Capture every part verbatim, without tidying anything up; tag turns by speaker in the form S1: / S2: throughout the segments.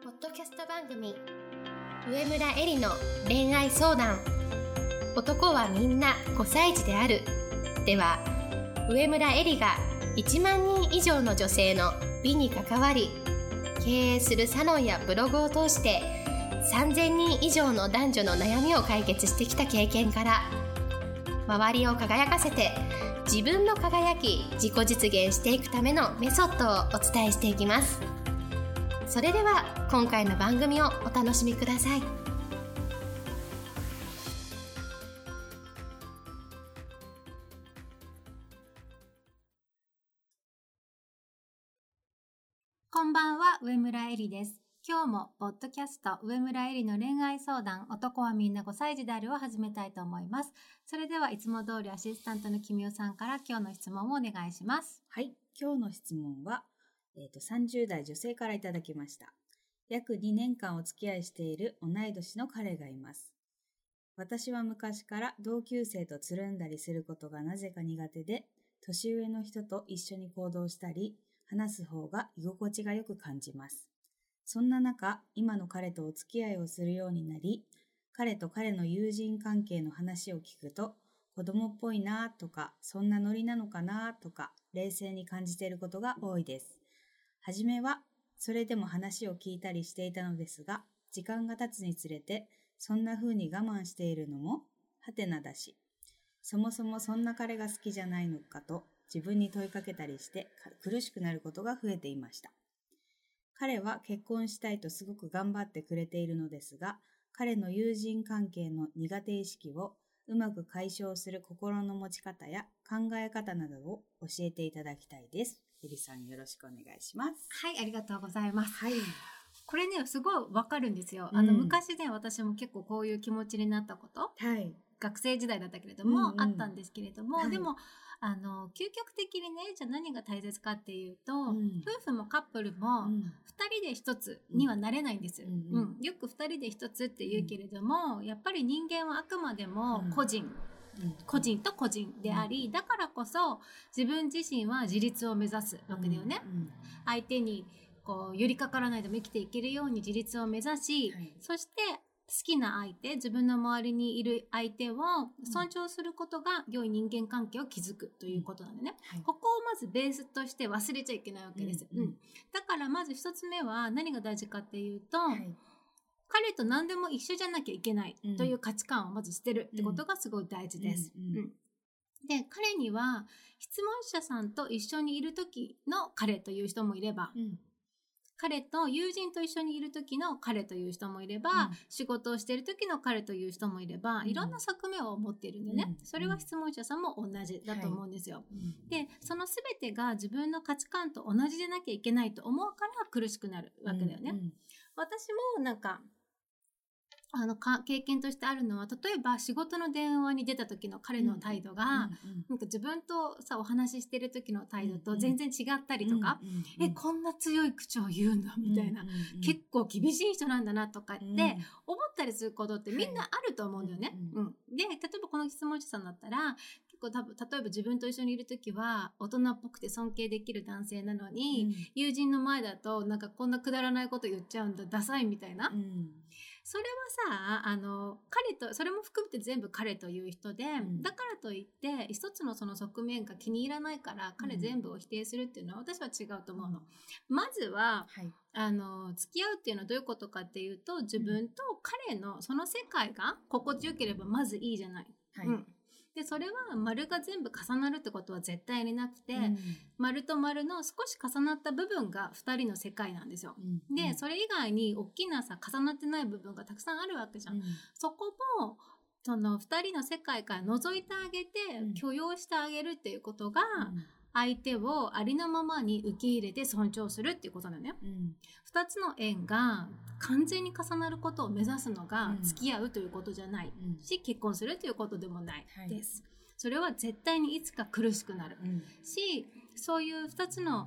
S1: ポッドキャスト番組上村えりの恋愛相談。男はみんなごさい児であるでは、上村えりがいちまんにん以上の女性の美に関わり、経営するサロンやブログを通してさんぜんにん以上の男女の悩みを解決してきた経験から、周りを輝かせて自分も輝き自己実現していくためのメソッドをお伝えしていきます。それでは今回の番組をお楽しみください。
S2: こんばんは、上村えりです。今日もポッドキャスト上村えりの恋愛相談、男はみんなごさい児であるを始めたいと思います。それではいつも通りアシスタントのきみおさんから今日の質問をお願いします。
S3: はい、今日の質問は、えーと、さんじゅう代女性からいただきました。約にねんかんお付き合いしている同い年の彼がいます。私は昔から同級生とつるんだりすることがなぜか苦手で、年上の人と一緒に行動したり話す方が居心地がよく感じます。そんな中、今の彼とお付き合いをするようになり、彼と彼の友人関係の話を聞くと、子供っぽいなとか、そんなノリなのかなとか、冷静に感じていることが多いです。はじめはそれでも話を聞いたりしていたのですが、時間が経つにつれて、そんな風に我慢しているのもハテナだし、そもそもそんな彼が好きじゃないのかと自分に問いかけたりして苦しくなることが増えていました。彼は結婚したいとすごく頑張ってくれているのですが、彼の友人関係の苦手意識をうまく解消する心の持ち方や考え方などを教えていただきたいです。えりさん、よろしくお願いします。
S2: はい、ありがとうございます。
S3: はい。
S2: これね、すごいわかるんですよ。
S3: うん、
S2: あの昔ね、私も結構こういう気持ちになったこと、
S3: はい、
S2: 学生時代だったけれども、
S3: うんうん、
S2: あったんですけれども、
S3: はい、
S2: でもあの究極的にね、じゃあ何が大切かっていうと、
S3: うん、
S2: 夫婦もカップルもふたりで一つにはなれないんです、うんうん、よくふたりで一つって言うけれども、うん、やっぱり人間はあくまでも個人、うん、個人と個人であり、だからこそ自分自身は自立を目指すわけだよね、うんうん、相手にこう寄りかからないでも生きていけるように自立を目指し、はい、そして好きな相手、自分の周りにいる相手を尊重することが良い人間関係を築くということなんでね、うん、はい、ここをまずベースとして忘れちゃいけないわけです、うんうん、だからまず一つ目は何が大事かっていうと、はい、彼と何でも一緒じゃなきゃいけないという価値観をまず捨てるってことがすごい大事です、うんうんうん、で、彼には質問者さんと一緒にいる時の彼という人もいれば、うん、彼と友人と一緒にいる時の彼という人もいれば、うん、仕事をしている時の彼という人もいれば、うん、いろんな側面を持っているんでね、うん、それは質問者さんも同じだと思うんですよ、はい、で、その全てが自分の価値観と同じでなきゃいけないと思うから苦しくなるわけだよね、うんうん、私もなんかあのか経験としてあるのは、例えば仕事の電話に出た時の彼の態度が、うんうん、なんか自分とさお話ししてる時の態度と全然違ったりとか、うんうん、えこんな強い口調言うんだみたいな、うんうんうん、結構厳しい人なんだなとかって思ったりすることってみんなあると思うんだよね、はい、うんうん、で例えばこの質問者さんだったら結構多分例えば自分と一緒にいる時は大人っぽくて尊敬できる男性なのに、うん、友人の前だとなんかこんなくだらないこと言っちゃうんだダサいみたいな、うん、それはさ、あの彼とそれも含めて全部彼という人で、うん、だからといって一つのその側面が気に入らないから彼全部を否定するっていうのは私は違うと思うの、うん、まずは、はい、あの付き合うっていうのはどういうことかっていうと、自分と彼のその世界が心地よければまずいいじゃない、はい、うん、でそれは丸が全部重なるってことは絶対になくて、うん、丸と丸の少し重なった部分がふたりの世界なんですよ、うん、でそれ以外に大きなさ重なってない部分がたくさんあるわけじゃん、うん、そこもそのふたりの世界から覗いてあげて、うん、許容してあげるっていうことが、うん、相手をありのままに受け入れて尊重するっていうことだよね、うん、ふたつの円が完全に重なることを目指すのが付き合うということじゃない、うん、し結婚するということでもないです、はい、それは絶対にいつか苦しくなる、うん、しそういうふたつの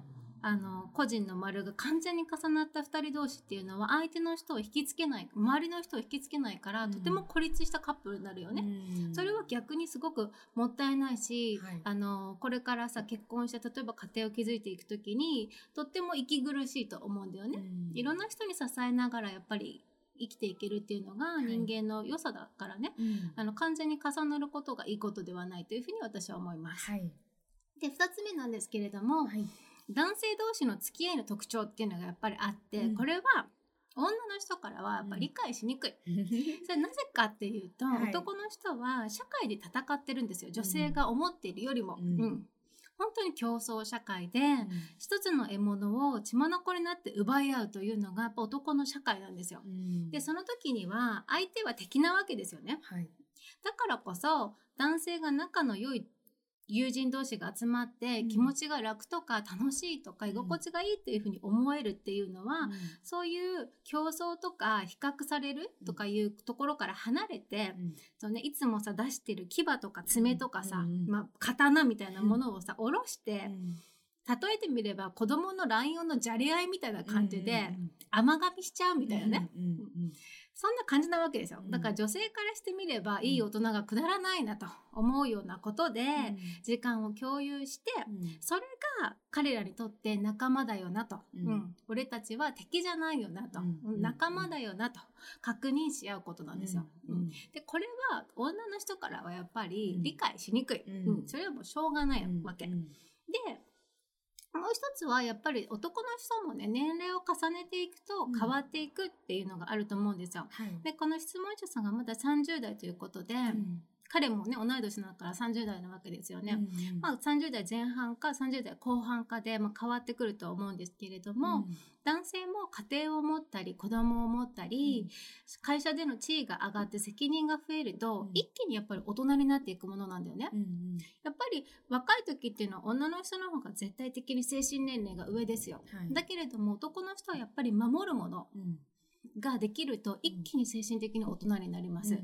S2: あの個人の丸が完全に重なったふたり同士っていうのは相手の人を引きつけない、周りの人を引きつけないから、うん、とても孤立したカップルになるよね、うん、それは逆にすごくもったいないし、はい、あのこれからさ結婚して例えば家庭を築いていくときにとっても息苦しいと思うんだよね、うん、いろんな人に支えながらやっぱり生きていけるっていうのが人間の良さだからね、はい、あの完全に重なることがいいことではないというふうに私は思います、はい、でふたつめなんですけれども、はい、男性同士の付き合いの特徴っていうのがやっぱりあって、うん、これは女の人からはやっぱ理解しにくい、うん、それなぜかっていうと、はい、男の人は社会で戦ってるんですよ、女性が思っているよりも、うんうん、本当に競争社会で、うん、一つの獲物を血眼になって奪い合うというのがやっぱ男の社会なんですよ、うん、でその時には相手は敵なわけですよね、はい、だからこそ男性が仲の良い友人同士が集まって気持ちが楽とか楽しいとか居心地がいいっていうふうに思えるっていうのは、うん、そういう競争とか比較されるとかいうところから離れて、うん、そうね、いつもさ出してる牙とか爪とかさ、うんまあ、刀みたいなものをさ下ろして、うん、例えてみれば子供のライオンのじゃれ合いみたいな感じで甘噛みしちゃうみたいなね、うんうんうんうん、そんな感じなわけですよ。だから女性からしてみれば、うん、いい大人がくだらないなと思うようなことで、うん、時間を共有して、うん、それが彼らにとって仲間だよなと、うんうん、俺たちは敵じゃないよなと、うん、仲間だよなと確認し合うことなんですよ、うんうん、でこれは女の人からはやっぱり理解しにくい、うんうん、それはもうしょうがないわけ、うんうん、でもう一つはやっぱり男の人もね年齢を重ねていくと変わっていくっていうのがあると思うんですよ、うんはい、でこの質問者さんがまださんじゅう代ということで、うん、彼もね同い年だからさんじゅう代なわけですよね、うんうんまあ、さんじゅう代前半かさんじゅう代後半かで、まあ、変わってくると思うんですけれども、うん、男性も家庭を持ったり子供を持ったり、うん、会社での地位が上がって責任が増えると、うん、一気にやっぱり大人になっていくものなんだよね、うんうん、やっぱり若い時っていうのは女の人の方が絶対的に精神年齢が上ですよ、はい、だけれども男の人はやっぱり守るものができると一気に精神的に大人になります、うんうん、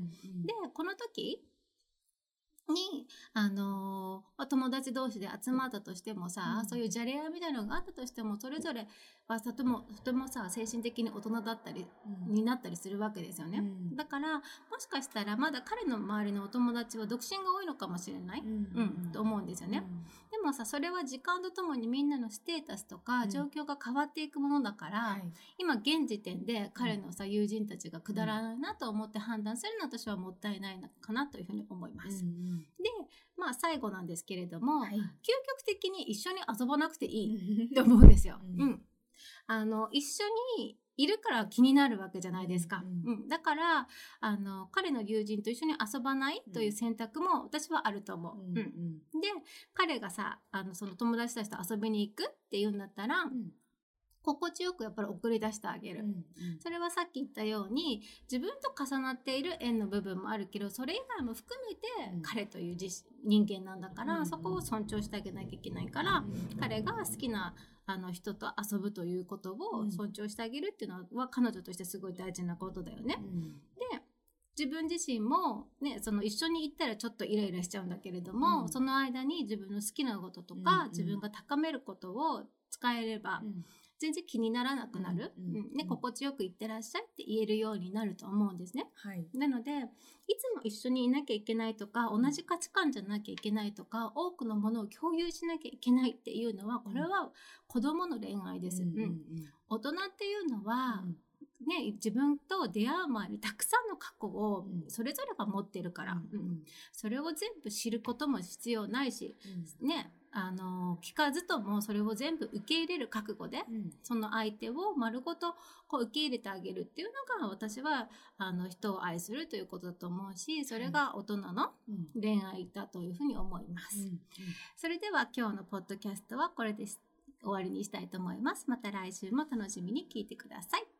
S2: でこの時に、あのー、友達同士で集まったとしてもさ、うん、そういうじゃれ合いみたいなのがあったとしてもそれぞれはとてもとてもさ精神的に大人だったり、うん、になったりするわけですよね、うん、だからもしかしたらまだ彼の周りのお友達は独身が多いのかもしれない、うんうん、と思うんですよね、うん、でもさそれは時間とともにみんなのステータスとか状況が変わっていくものだから、うんはい、今現時点で彼のさ友人たちがくだらないなと思って判断するのは私はもったいないのかなというふうに思います、うんうんで、まあ最後なんですけれども、はい、究極的に一緒に遊ばなくていいって思うんですよ、うんうん、あの一緒にいるから気になるわけじゃないですか、うんうん、だからあの彼の友人と一緒に遊ばないという選択も私はあると思う、うんうん、で彼がさあのその友達たちと遊びに行くっていうんだったら、うん心地よくやっぱり送り出してあげる、うんうん、それはさっき言ったように自分と重なっている縁の部分もあるけどそれ以外も含めて彼という自人間なんだから、うん、そこを尊重してあげなきゃいけないから、うん、彼が好きなあの人と遊ぶということを尊重してあげるっていうのは彼女としてすごい大事なことだよね、うん、で自分自身も、ね、その一緒に行ったらちょっとイライラしちゃうんだけれども、うん、その間に自分の好きなこととか、うん、自分が高めることを使えれば、うん全然気にならなくなる、うんうんうんね、心地よくいってらっしゃいって言えるようになると思うんですね、はい、なのでいつも一緒にいなきゃいけないとか同じ価値観じゃなきゃいけないとか多くのものを共有しなきゃいけないっていうのはこれは子供の恋愛です、うんうんうん、大人っていうのは、うんね、自分と出会う前にたくさんの過去をそれぞれが持ってるから、うんうん、それを全部知ることも必要ないし、うんね、あの聞かずともそれを全部受け入れる覚悟で、うん、その相手を丸ごとこう受け入れてあげるっていうのが私はあの人を愛するということだと思うしそれが大人の恋愛だというふうに思います、うんうん、それでは今日のポッドキャストはこれで終わりにしたいと思います。また来週も楽しみに聞いてください。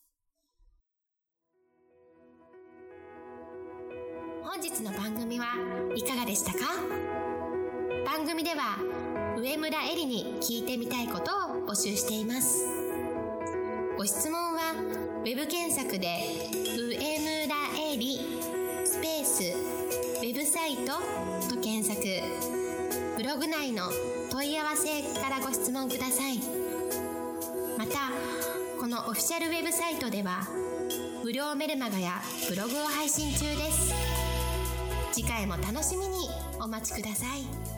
S1: 本日の番組はいかがでしたか？番組では上村えりに聞いてみたいことを募集しています。ご質問はウェブ検索で上村えりスペースウェブサイトと検索、ブログ内の問い合わせからご質問ください。 またこのオフィシャルウェブサイトでは無料メルマガやブログを配信中です。次回も楽しみにお待ちください。